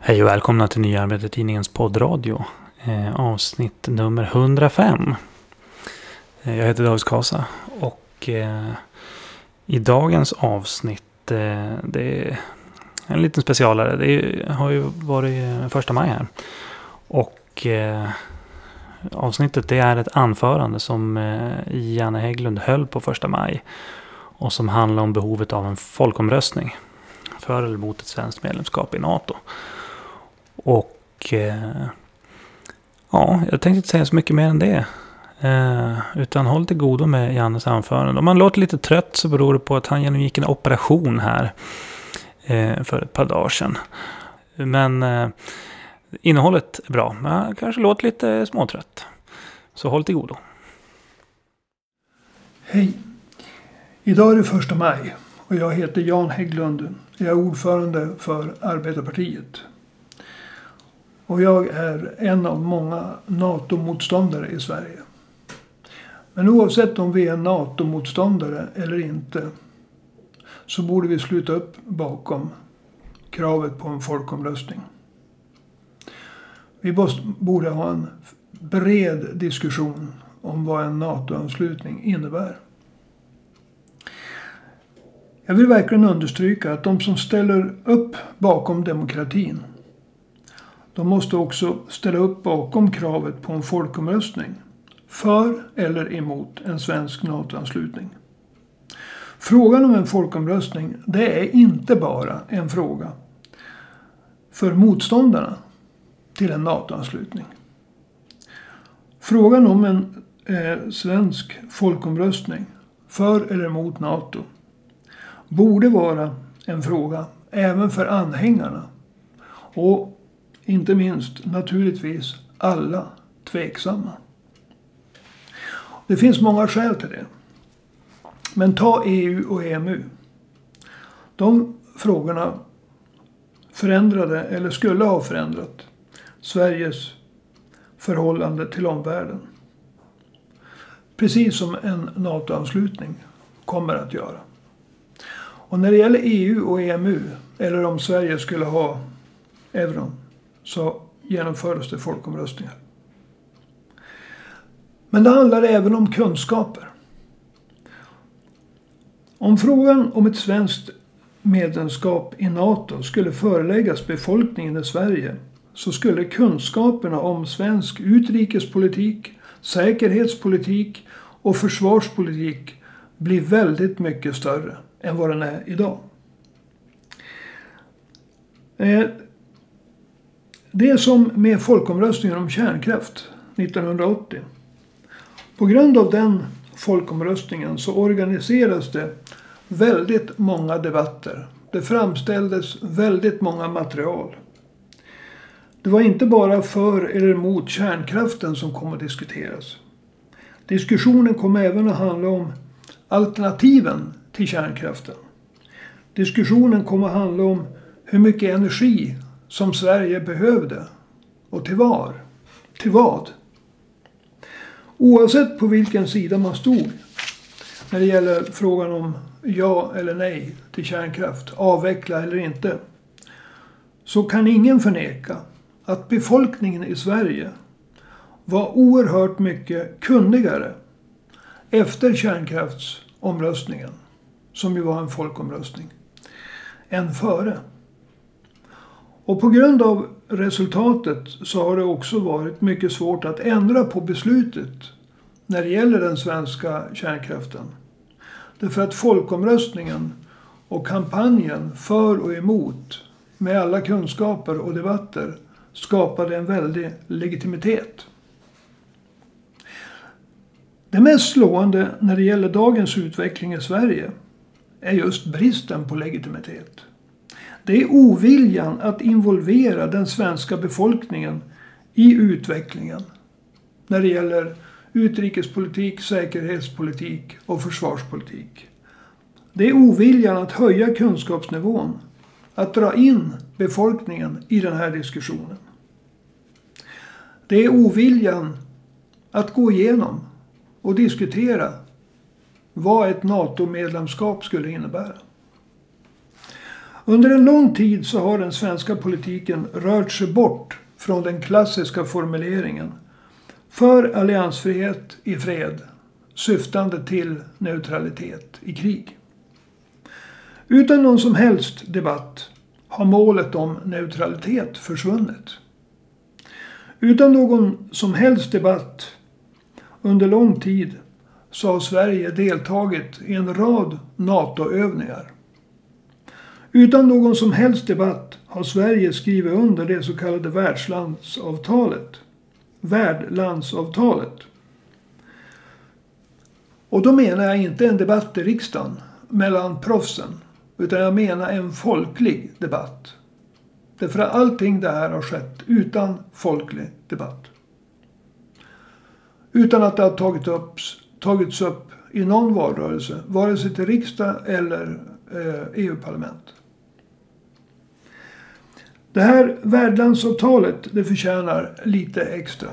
Hej och välkomna till Nya Arbetartidningens poddradio, avsnitt nummer 105. Jag heter David Kasa och i dagens avsnitt, det är en liten specialare. Det har ju varit första maj här. Och avsnittet det är ett anförande som Janne Hägglund höll på första maj. Och som handlar om behovet av en folkomröstning för eller mot ett svenskt medlemskap i NATO. Och ja, jag tänkte inte säga så mycket mer än det. Utan håll till godo med Jannes anförande. Om man låter lite trött så beror det på att han genomgick en operation här för ett par dagar sedan. Men innehållet är bra. Men kanske låter lite småtrött. Så håll till godo. Hej! Idag är det första maj och jag heter Jan Hägglund. Jag är ordförande för Arbetarpartiet. Och jag är en av många NATO-motståndare i Sverige. Men oavsett om vi är NATO-motståndare eller inte så borde vi sluta upp bakom kravet på en folkomröstning. Vi borde ha en bred diskussion om vad en NATO-anslutning innebär. Jag vill verkligen understryka att de som ställer upp bakom demokratin, de måste också ställa upp bakom kravet på en folkomröstning för eller emot en svensk NATO-anslutning. Frågan om en folkomröstning, det är inte bara en fråga för motståndarna till en NATO-anslutning. Frågan om en svensk folkomröstning för eller emot NATO borde vara en fråga även för anhängarna och inte minst naturligtvis alla tveksamma. Det finns många skäl till det. Men ta EU och EMU. De frågorna förändrade eller skulle ha förändrat Sveriges förhållande till omvärlden. Precis som en NATO-anslutning kommer att göra. Och när det gäller EU och EMU, eller om Sverige skulle ha euron, så genomfördes det folkomröstningar. Men det handlar även om kunskaper. Om frågan om ett svenskt medlemskap i NATO skulle föreläggas befolkningen i Sverige så skulle kunskaperna om svensk utrikespolitik, säkerhetspolitik och försvarspolitik bli väldigt mycket större än vad den är idag. Det är som med folkomröstningen om kärnkraft 1980. På grund av den folkomröstningen så organiseras det väldigt många debatter. Det framställdes väldigt många material. Det var inte bara för eller emot kärnkraften som kom att diskuteras. Diskussionen kom även att handla om alternativen till kärnkraften. Diskussionen kom att handla om hur mycket energi som Sverige behövde och till vad. Oavsett på vilken sida man stod när det gäller frågan om ja eller nej till kärnkraft, avveckla eller inte, så kan ingen förneka att befolkningen i Sverige var oerhört mycket kunnigare efter kärnkraftsomröstningen, som ju var en folkomröstning, än före. Och på grund av resultatet så har det också varit mycket svårt att ändra på beslutet när det gäller den svenska kärnkraften. Därför att folkomröstningen och kampanjen för och emot med alla kunskaper och debatter skapade en väldig legitimitet. Det mest slående när det gäller dagens utveckling i Sverige är just bristen på legitimitet. Det är oviljan att involvera den svenska befolkningen i utvecklingen när det gäller utrikespolitik, säkerhetspolitik och försvarspolitik. Det är oviljan att höja kunskapsnivån, att dra in befolkningen i den här diskussionen. Det är oviljan att gå igenom och diskutera vad ett NATO-medlemskap skulle innebära. Under en lång tid så har den svenska politiken rört sig bort från den klassiska formuleringen för alliansfrihet i fred, syftande till neutralitet i krig. Utan någon som helst debatt har målet om neutralitet försvunnit. Utan någon som helst debatt under lång tid så har Sverige deltagit i en rad NATO-övningar. Utan någon som helst debatt har Sverige skrivit under det så kallade värdlandsavtalet. Och då menar jag inte en debatt i riksdagen mellan proffsen, utan jag menar en folklig debatt. Därför att allting det här har skett utan folklig debatt. Utan att det har tagits upp i någon valrörelse, vare sig till riksdag eller EU-parlament. Det här värdlandsavtalet, det förtjänar lite extra.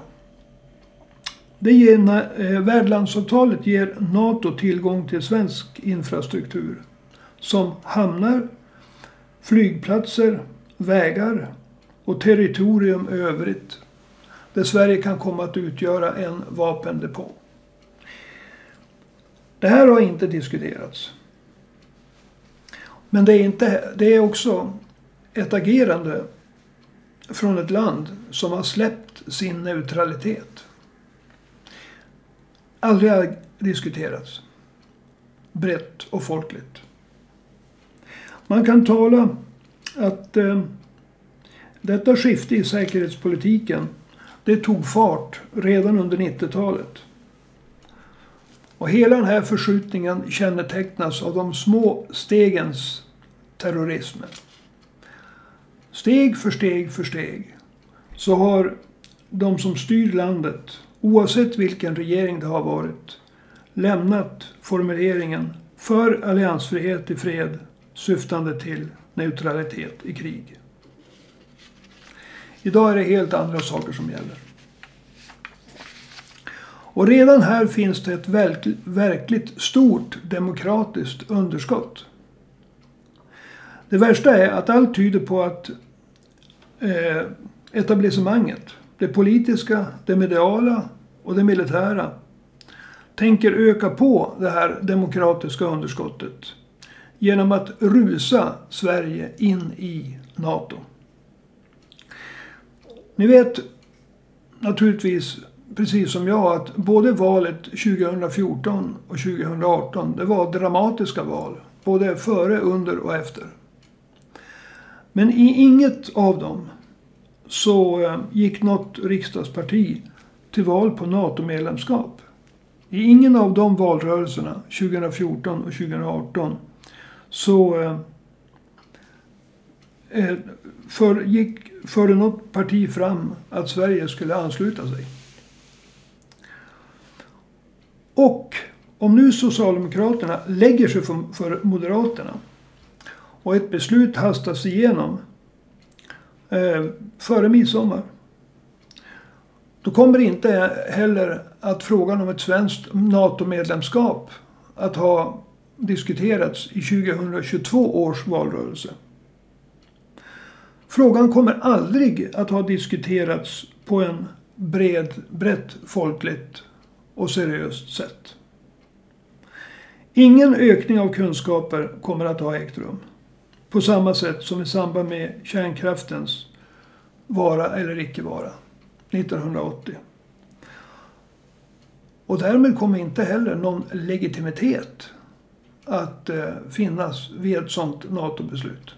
Värdlandsavtalet ger NATO tillgång till svensk infrastruktur som hamnar, flygplatser, vägar och territorium i övrigt där Sverige kan komma att utgöra en vapendepå. Det här har inte diskuterats. Men det är också ett agerande från ett land som har släppt sin neutralitet. Aldrig har diskuterats brett och folkligt. Man kan tala att detta skifte i säkerhetspolitiken det tog fart redan under 90-talet. Och hela den här förskjutningen kännetecknas av de små stegens terrorism. Steg för steg så har de som styr landet, oavsett vilken regering det har varit, lämnat formuleringen för alliansfrihet i fred syftande till neutralitet i krig. Idag är det helt andra saker som gäller. Och redan här finns det ett verkligt stort demokratiskt underskott. Det värsta är att allt tyder på att etablissemanget, det politiska, det mediala och det militära tänker öka på det här demokratiska underskottet genom att rusa Sverige in i NATO. Ni vet naturligtvis precis som jag att både valet 2014 och 2018 det var dramatiska val. Både före, under och efter. Men i inget av dem så gick något riksdagsparti till val på NATO-medlemskap. I ingen av de valrörelserna 2014 och 2018 så förde något parti fram att Sverige skulle ansluta sig. Och om nu Socialdemokraterna lägger sig för Moderaterna och ett beslut hastas igenom före midsommar, då kommer inte heller att frågan om ett svenskt NATO-medlemskap att ha diskuterats i 2022 års valrörelse. Frågan kommer aldrig att ha diskuterats på en brett folkligt och seriöst sätt. Ingen ökning av kunskaper kommer att ha ägt rum. På samma sätt som i samband med kärnkraftens vara eller icke vara 1980. Och därmed kommer inte heller någon legitimitet att finnas vid ett sådant NATO-beslut.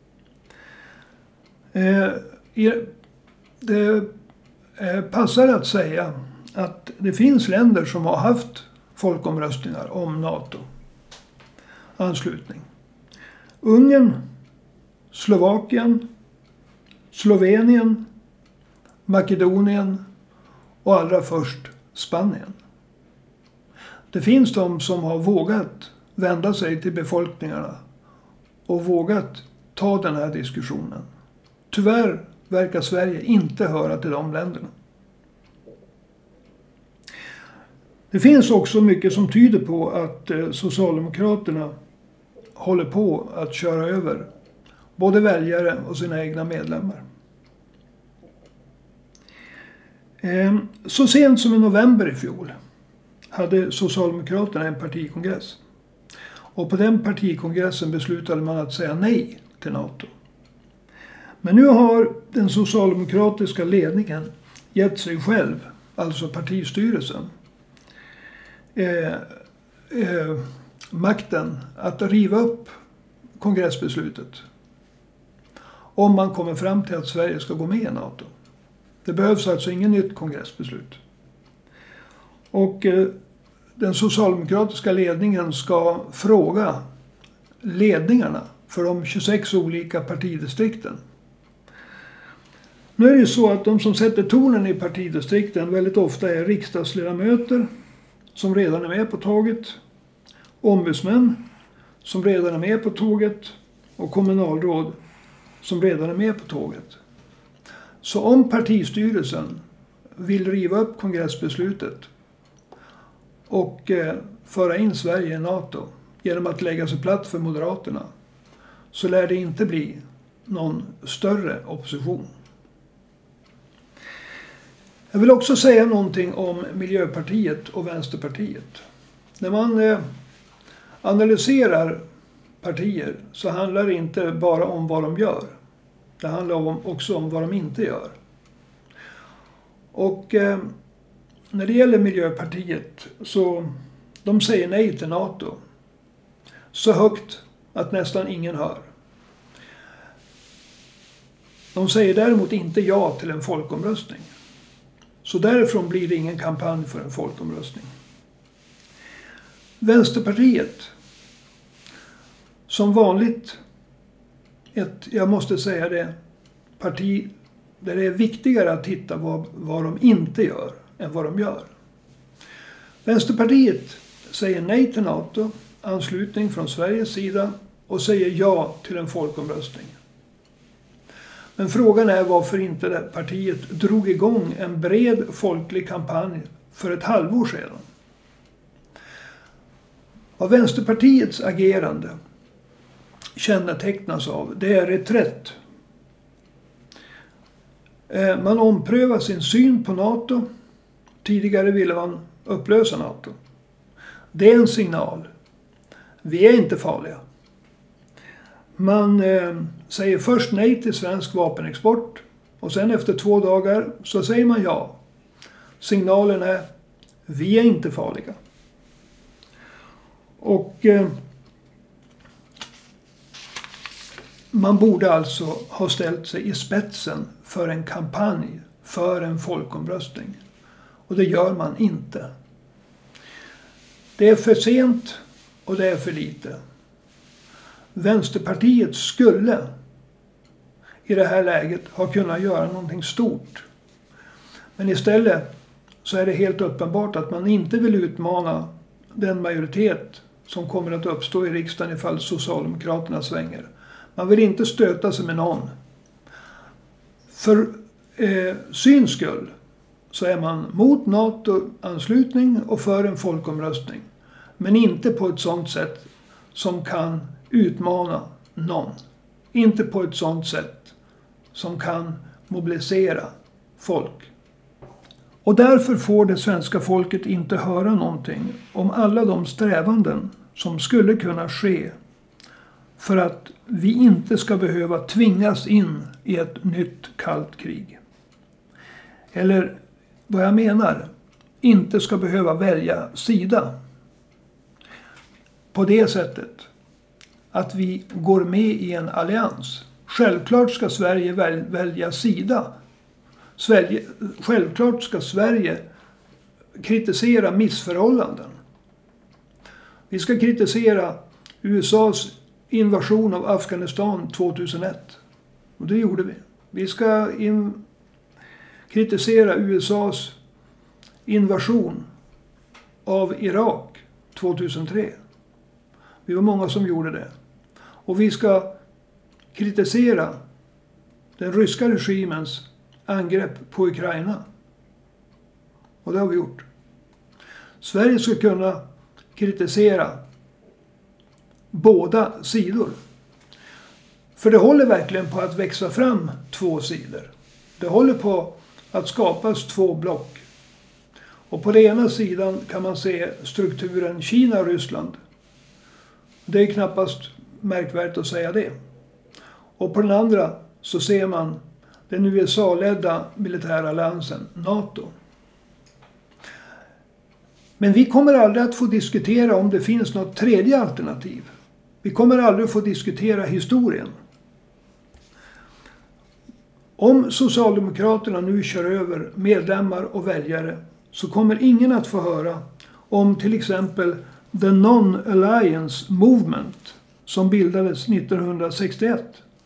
Det passar att säga att det finns länder som har haft folkomröstningar om NATO-anslutning. Ungern, Slovakien, Slovenien, Makedonien och allra först Spanien. Det finns de som har vågat vända sig till befolkningarna och vågat ta den här diskussionen. Tyvärr verkar Sverige inte höra till de länderna. Det finns också mycket som tyder på att Socialdemokraterna håller på att köra över både väljare och sina egna medlemmar. Så sent som i november i fjol hade Socialdemokraterna en partikongress. Och på den partikongressen beslutade man att säga nej till NATO. Men nu har den socialdemokratiska ledningen gett sig själv, alltså partistyrelsen, makten att riva upp kongressbeslutet om man kommer fram till att Sverige ska gå med i NATO. Det behövs alltså ingen nytt kongressbeslut. Och den socialdemokratiska ledningen ska fråga ledningarna för de 26 olika partidistrikten. Nu är det så att de som sätter tonen i partidistrikten väldigt ofta är riksdagsledamöter som redan är med på tåget, ombudsmän som redan är med på tåget och kommunalråd som redan är med på tåget. Så om partistyrelsen vill riva upp kongressbeslutet och föra in Sverige i NATO genom att lägga sig platt för Moderaterna, så lär det inte bli någon större opposition. Jag vill också säga någonting om Miljöpartiet och Vänsterpartiet. När man analyserar partier så handlar det inte bara om vad de gör. Det handlar också om vad de inte gör. Och när det gäller Miljöpartiet så de säger nej till NATO. Så högt att nästan ingen hör. De säger däremot inte ja till en folkomröstning. Så därifrån blir det ingen kampanj för en folkomröstning. Vänsterpartiet, som vanligt jag måste säga det, parti där det är viktigare att titta vad de inte gör än vad de gör. Vänsterpartiet säger nej till NATO, anslutning från Sveriges sida och säger ja till en folkomröstning. Men frågan är varför inte det partiet drog igång en bred folklig kampanj för ett halvår sedan. Vad Vänsterpartiets agerande kännetecknas av, det är reträtt. Man omprövar sin syn på NATO. Tidigare ville man upplösa NATO. Det är en signal. Vi är inte farliga. Man säger först nej till svensk vapenexport och sen efter 2 dagar så säger man ja. Signalen är vi är inte farliga. Och man borde alltså ha ställt sig i spetsen för en kampanj för en folkomröstning. Och det gör man inte. Det är för sent och det är för lite. Vänsterpartiet skulle i det här läget ha kunnat göra någonting stort. Men istället så är det helt uppenbart att man inte vill utmana den majoritet som kommer att uppstå i riksdagen ifall Socialdemokraterna svänger. Man vill inte stöta sig med någon. För syns skull så är man mot NATO-anslutning och för en folkomröstning. Men inte på ett sådant sätt som kan utmana någon. Inte på ett sådant sätt som kan mobilisera folk. Och därför får det svenska folket inte höra någonting om alla de strävanden som skulle kunna ske för att vi inte ska behöva tvingas in i ett nytt kallt krig. Eller vad jag menar, inte ska behöva välja sida. På det sättet att vi går med i en allians. Självklart ska Sverige välja sida. Självklart ska Sverige kritisera missförhållanden. Vi ska kritisera USAs invasion av Afghanistan 2001. Och det gjorde vi. Vi ska kritisera USAs invasion av Irak 2003. Vi var många som gjorde det. Och vi ska kritisera den ryska regimens angrepp på Ukraina. Och det har vi gjort. Sverige ska kunna kritisera båda sidor. För det håller verkligen på att växa fram två sidor. Det håller på att skapas två block. Och på den ena sidan kan man se strukturen Kina och Ryssland. Det är knappast märkvärdigt att säga det. Och på den andra så ser man den USA-ledda militära alliansen NATO. Men vi kommer aldrig att få diskutera om det finns något tredje alternativ. Vi kommer aldrig få diskutera historien. Om Socialdemokraterna nu kör över medlemmar och väljare så kommer ingen att få höra om till exempel The Non-Alliance Movement som bildades 1961.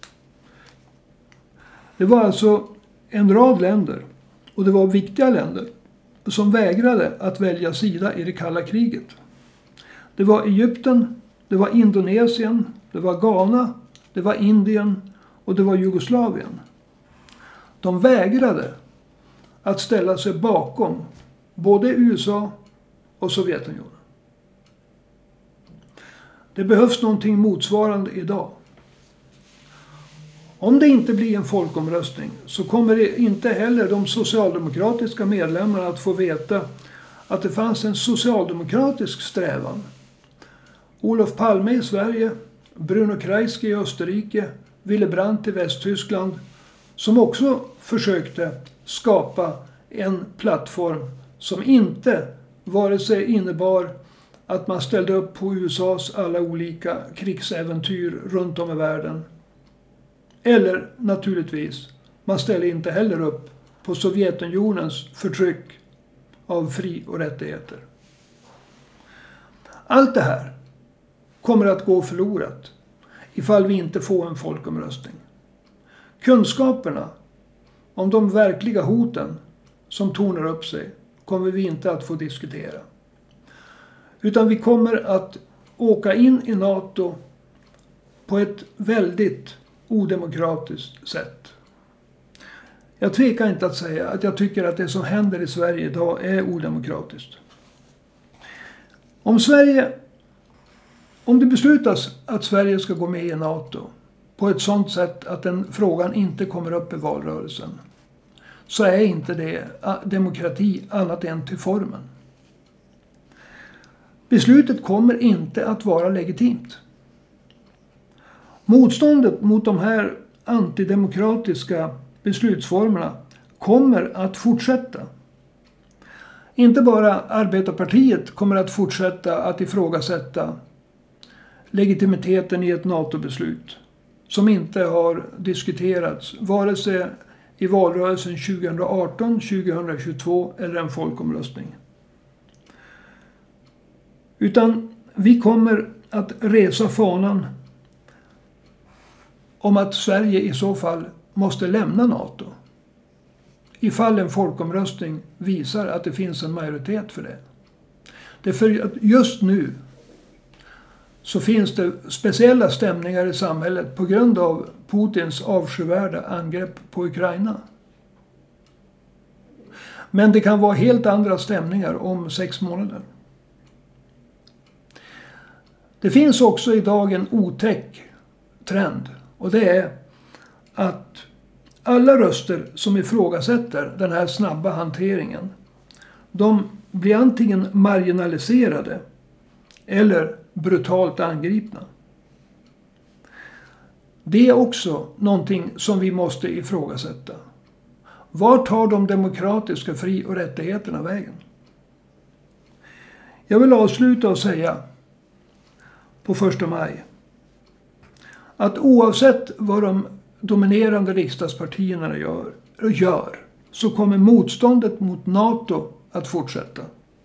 Det var alltså en rad länder, och det var viktiga länder, som vägrade att välja sida i det kalla kriget. Det var Egypten, det var Indonesien, det var Ghana, det var Indien och det var Jugoslavien. De vägrade att ställa sig bakom både USA och Sovjetunionen. Det behövs någonting motsvarande idag. Om det inte blir en folkomröstning så kommer det inte heller de socialdemokratiska medlemmarna att få veta att det fanns en socialdemokratisk strävan. Olof Palme i Sverige, Bruno Kreisky i Österrike, Willy Brandt i Västtyskland, som också försökte skapa en plattform som inte vare sig innebar att man ställde upp på USAs alla olika krigsäventyr runt om i världen. Eller naturligtvis, man ställde inte heller upp på Sovjetunionens förtryck av fri- och rättigheter. Allt det här kommer att gå förlorat ifall vi inte får en folkomröstning. Kunskaperna om de verkliga hoten som tornar upp sig kommer vi inte att få diskutera. Utan vi kommer att åka in i NATO på ett väldigt odemokratiskt sätt. Jag tvekar inte att säga att jag tycker att det som händer i Sverige idag är odemokratiskt. Om det beslutas att Sverige ska gå med i NATO på ett sådant sätt att den frågan inte kommer upp i valrörelsen, så är inte det demokrati annat än till formen. Beslutet kommer inte att vara legitimt. Motståndet mot de här antidemokratiska beslutsformerna kommer att fortsätta. Inte bara Arbetarpartiet kommer att fortsätta att ifrågasätta legitimiteten i ett NATO-beslut som inte har diskuterats vare sig i valrörelsen 2018, 2022 eller en folkomröstning. Utan vi kommer att resa fanan om att Sverige i så fall måste lämna NATO. Ifall en folkomröstning visar att det finns en majoritet för det. Det är för att just nu så finns det speciella stämningar i samhället på grund av Putins avskyvärda angrepp på Ukraina. Men det kan vara helt andra stämningar om 6 månader. Det finns också idag en otäck trend, och det är att alla röster som ifrågasätter den här snabba hanteringen, de blir antingen marginaliserade eller brutalt angripna. Det är också någonting som vi måste ifrågasätta. Var tar de demokratiska fri- och rättigheterna vägen? Jag vill avsluta och säga på 1 maj att oavsett vad de dominerande riksdagspartierna gör så kommer motståndet mot NATO att fortsätta.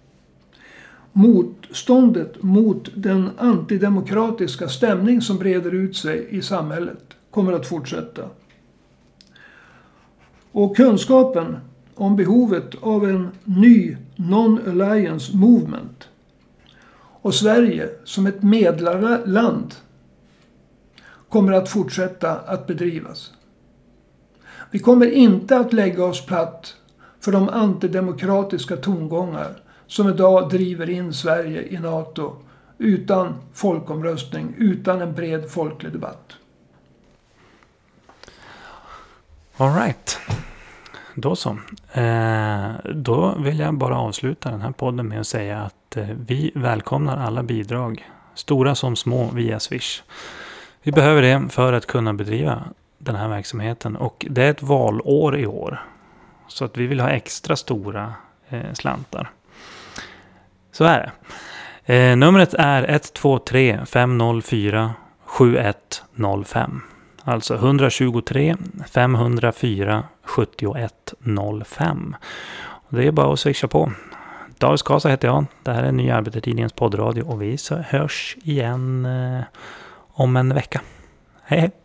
Motståndet mot den antidemokratiska stämning som breder ut sig i samhället kommer att fortsätta. Och kunskapen om behovet av en ny Non-Alliance Movement och Sverige som ett medlarland kommer att fortsätta att bedrivas. Vi kommer inte att lägga oss platt för de antidemokratiska tongångar som idag driver in Sverige i NATO utan folkomröstning, utan en bred folklig debatt. All right. Då så. Då vill jag bara avsluta den här podden med att säga att vi välkomnar alla bidrag, stora som små, via Swish. Vi behöver det för att kunna bedriva den här verksamheten. Och det är ett valår i år. Så att vi vill ha extra stora slantar. Så är det. Numret är 123 504 7105. Alltså 123 504 7105. Det är bara att swisha på. David Skasa heter jag. Det här är Nya Arbetartidningens poddradio och vi hörs igen om en vecka. Hej hej!